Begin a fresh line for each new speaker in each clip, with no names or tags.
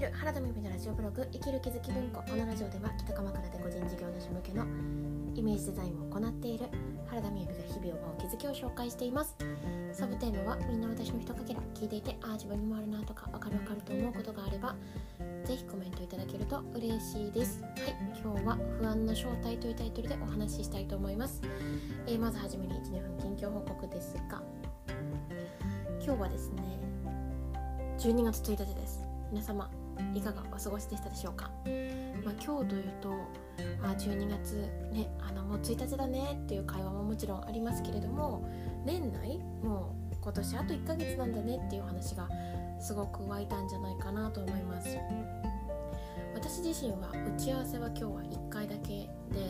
る原田美美のラジオブログ生きる気づき文庫。このラジオでは北鎌倉で個人事業主向けのイメージデザインを行っている原田美美が日々を追う気づきを紹介しています。サブテーマはみんな私の一かけら。聞いていて自分にもあるなとかわかると思うことがあればぜひコメントいただけると嬉しいです。はい、今日は不安の正体というタイトルでお話ししたいと思います。まずはじめに 1,2 分近況報告ですが、今日はですね12月1日です。皆様いかがお過ごしでしたでしょうか。今日というと12月ね、もう1日だねっていう会話ももちろんありますけれども、年内もう今年あと1ヶ月なんだねっていう話がすごく湧いたんじゃないかなと思います。私自身は打ち合わせは今日は1回だけで、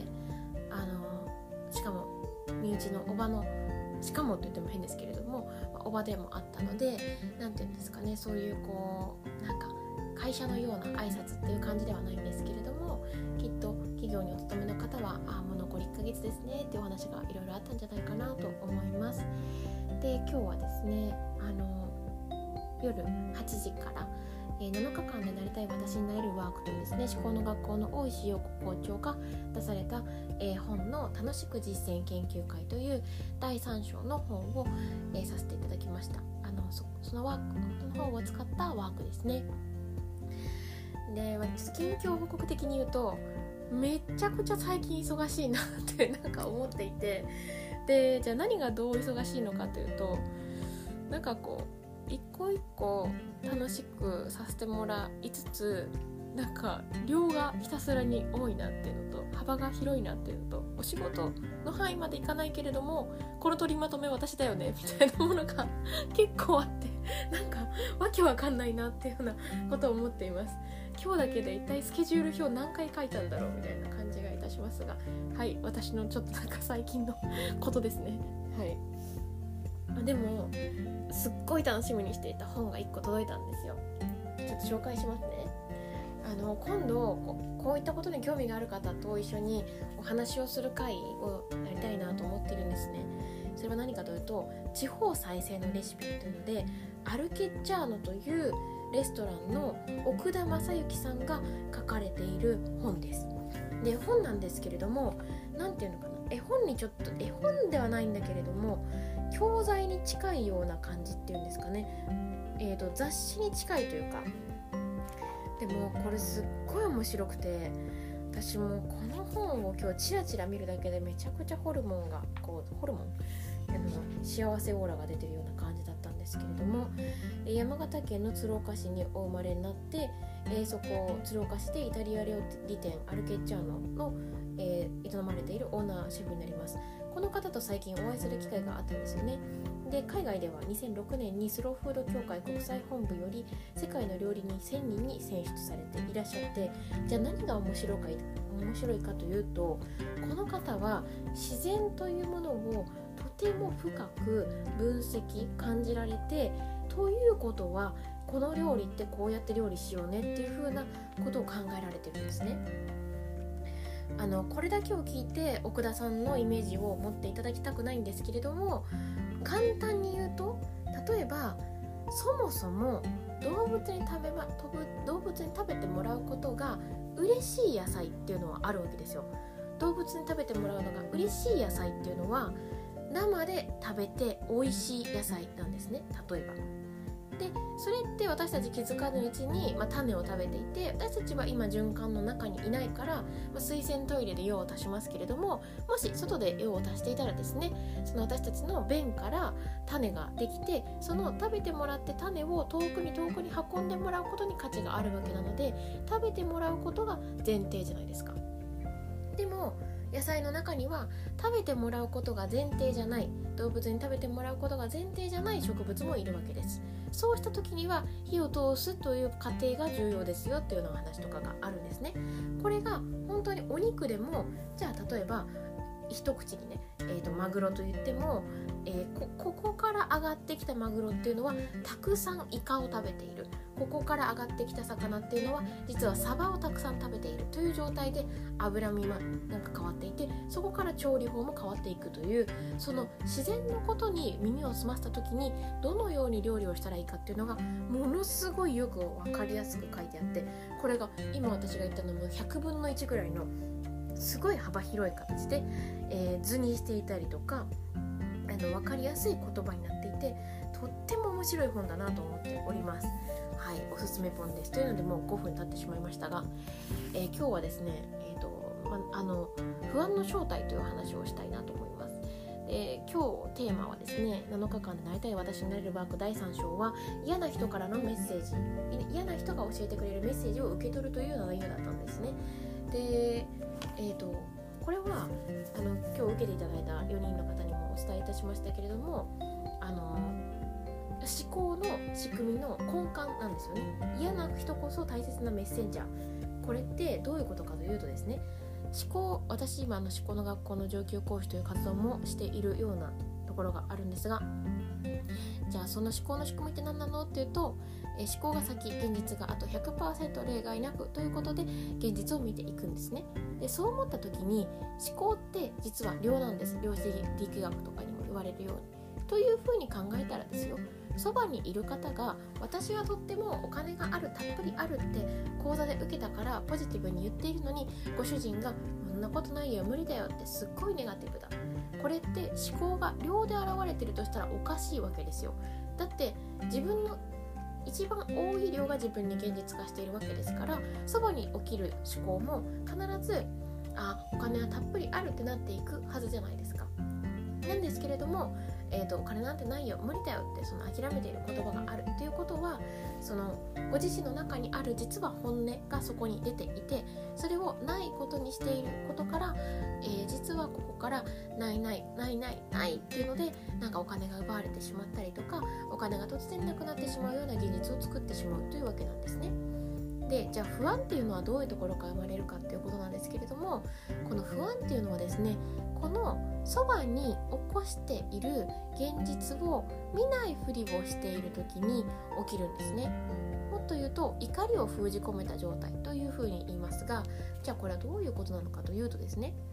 しかも身内のおばの、しかもと言っても変ですけれども、おばでもあったので、なんていうんですかね、そういうなんか会社のような挨拶っていう感じではないんですけれども、きっと企業にお勤めの方はもう残り1ヶ月ですねっていうお話がいろいろあったんじゃないかなと思います。で、今日はですね夜8時から7日間でなりたい私になれるワークというですね、思考の学校の大石陽子校長が出された本の楽しく実践研究会という第3章の本をさせていただきました。そのワークの本を使ったワークですね。で、近況報告的に言うとめちゃくちゃ最近忙しいなってなんか思っていて、でじゃあ何がどう忙しいのかというと、なんか一個一個楽しくさせてもらいつつ、なんか量がひたすらに多いなっていうのと幅が広いなっていうのと、お仕事の範囲までいかないけれどもこの取りまとめ私だよねみたいなものが結構あって、なんかわけわかんないなっていうようなことを思っています。今日だけで一体スケジュール表何回書いたんだろうみたいな感じがいたしますが、はい、私のちょっとなんか最近のことですね。はい。でもすっごい楽しみにしていた本が1個届いたんですよ。ちょっと紹介しますね。今度こういったことに興味がある方と一緒にお話をする会をやりたいなと思ってるんですね。それは何かというと、地方再生のレシピというので、アルケッチャーノというレストランの奥田正幸さんが書かれている本です。で、本なんですけれども、なんていうのかな、絵本ではないんだけれども教材に近いような感じっていうんですかね、雑誌に近いというか、でもこれすっごい面白くて、私もこの本を今日チラチラ見るだけでめちゃくちゃホルモン幸せオーラが出てるような感じだったんですけれども、山形県の鶴岡市にお生まれになって、そこ鶴岡市でイタリア料理店アルケッチャーノの、営まれているオーナーシェフになります。この方と最近お会いする機会があったんですよね。で、海外では2006年にスローフード協会国際本部より世界の料理人1000人に選出されていらっしゃって、じゃあ何が面白いかというと、この方は自然というものをとても深く分析感じられて、ということはこの料理ってこうやって料理しようねっていう風なことを考えられてるんですね。これだけを聞いて奥田さんのイメージを持っていただきたくないんですけれども、簡単に言うと、例えばそもそも動物に食べてもらうことが嬉しい野菜っていうのはあるわけですよ。動物に食べてもらうのが嬉しい野菜っていうのは生で食べて美味しい野菜なんですね。例えばで、それって私たち気づかぬうちに、種を食べていて、私たちは今循環の中にいないから、水洗トイレで用を足しますけれども、もし外で用を足していたらですね、その私たちの便から種ができて、その食べてもらって種を遠くに運んでもらうことに価値があるわけなので、食べてもらうことが前提じゃないですか。でも野菜の中には食べてもらうことが前提じゃない、動物に食べてもらうことが前提じゃない植物もいるわけです。そうした時には火を通すという過程が重要ですよっていうような話とかがあるんですね。これが本当にお肉でも、じゃあ例えば一口にね、マグロといっても、ここから上がってきたマグロっていうのはたくさんイカを食べている、ここから上がってきた魚っていうのは実はサバをたくさん食べているという状態で脂身はなんか変わっていて、そこから調理法も変わっていくという、その自然のことに耳を澄ませた時にどのように料理をしたらいいかっていうのがものすごいよく分かりやすく書いてあって、これが今私が言ったのも100分の1ぐらいのすごい幅広い形で、図にしていたりとか分かりやすい言葉になっていて、とっても面白い本だなと思っております。はい、おすすめ本です。というのでもう5分経ってしまいましたが、今日はですね、不安の正体という話をしたいなと思います。今日テーマはですね、7日間でなりたい私になれるワーク第3章は嫌な人からのメッセージ、嫌な人が教えてくれるメッセージを受け取るというような内容だったんですね。で、これは今日受けていただいた4人の方にもお伝えいたしましたけれども、思考の仕組みの根幹なんですよね。嫌な人こそ大切なメッセンジャー。これってどういうことかというとですね、私今思考の学校の上級講師という活動もしているようなところがあるんですが、じゃあその思考の仕組みって何なのっていうと、思考が先、現実があと 100% 例外なくということで現実を見ていくんですね。でそう思った時に思考って実は量なんです。量子力学とかにも言われるようにというふうに考えたらですよ、そばにいる方が私はとってもお金がある、たっぷりあるって講座で受けたからポジティブに言っているのに、ご主人がそんなことないよ無理だよってすっごいネガティブだ。これって思考が量で現れてるとしたらおかしいわけですよ。だって自分の一番多い量が自分に現実化しているわけですから、そばに起きる思考も必ずお金はたっぷりあるってなっていくはずじゃないですか。なんですけれども、お金なんてないよ無理だよってその諦めている言葉があるということは、そのご自身の中にある実は本音がそこに出ていて、それをないことにしていることから、実はここからないっていうのでなんかお金が奪われてしまったりとか、お金が突然なくなってしまうような現実を作ってしまうというわけなんですね。でじゃあ不安っていうのはどういうところから生まれるかっていうことなんですけれども、この不安っていうのはですね、このそばに起こしている現実を見ないふりをしている時に起きるんですね。もっと言うと怒りを封じ込めた状態というふうに言いますが、じゃあこれはどういうことなのかというとですね、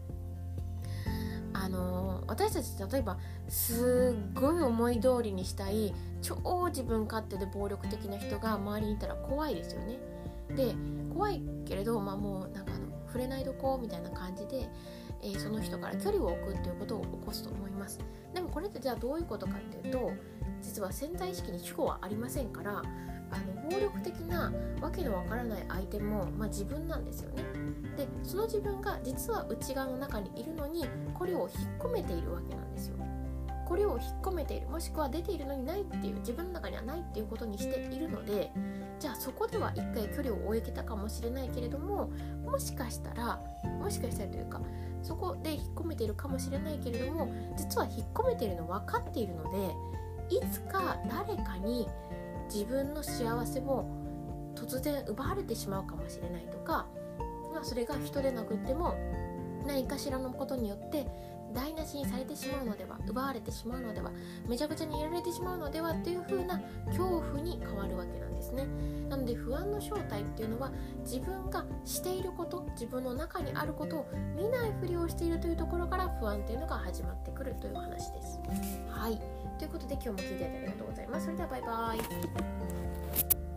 私たち例えばすっごい思い通りにしたい超自分勝手で暴力的な人が周りにいたら怖いですよね。で怖いけれど、もうなんか触れないどこみたいな感じで、その人から距離を置くっていうことを起こすと思います。でもこれってじゃあどういうことかっていうと、実は潜在意識に主語はありませんから、暴力的なわけのわからない相手も、自分なんですよね。でその自分が実は内側の中にいるのにこれを引っ込めているわけなんですよ。これを引っ込めている、もしくは出ているのにないっていう、自分の中にはないっていうことにしているので、じゃあそこでは一回距離を置いてたかもしれないけれども、もしかしたらというか、そこで引っ込めているかもしれないけれども、実は引っ込めているの分かっているので、いつか誰かに自分の幸せを突然奪われてしまうかもしれないとか、それが人でなくっても何かしらのことによって台無しにされてしまうのでは、奪われてしまうのでは、めちゃくちゃにやられてしまうのではという風な恐怖に変わるわけなんですね。なので不安の正体っていうのは、自分がしていること、自分の中にあることを見ないふりをしているというところから不安っていうのが始まってくるという話です。はい、ということで今日も聞いていただきありがとうございます。それではバイバイ。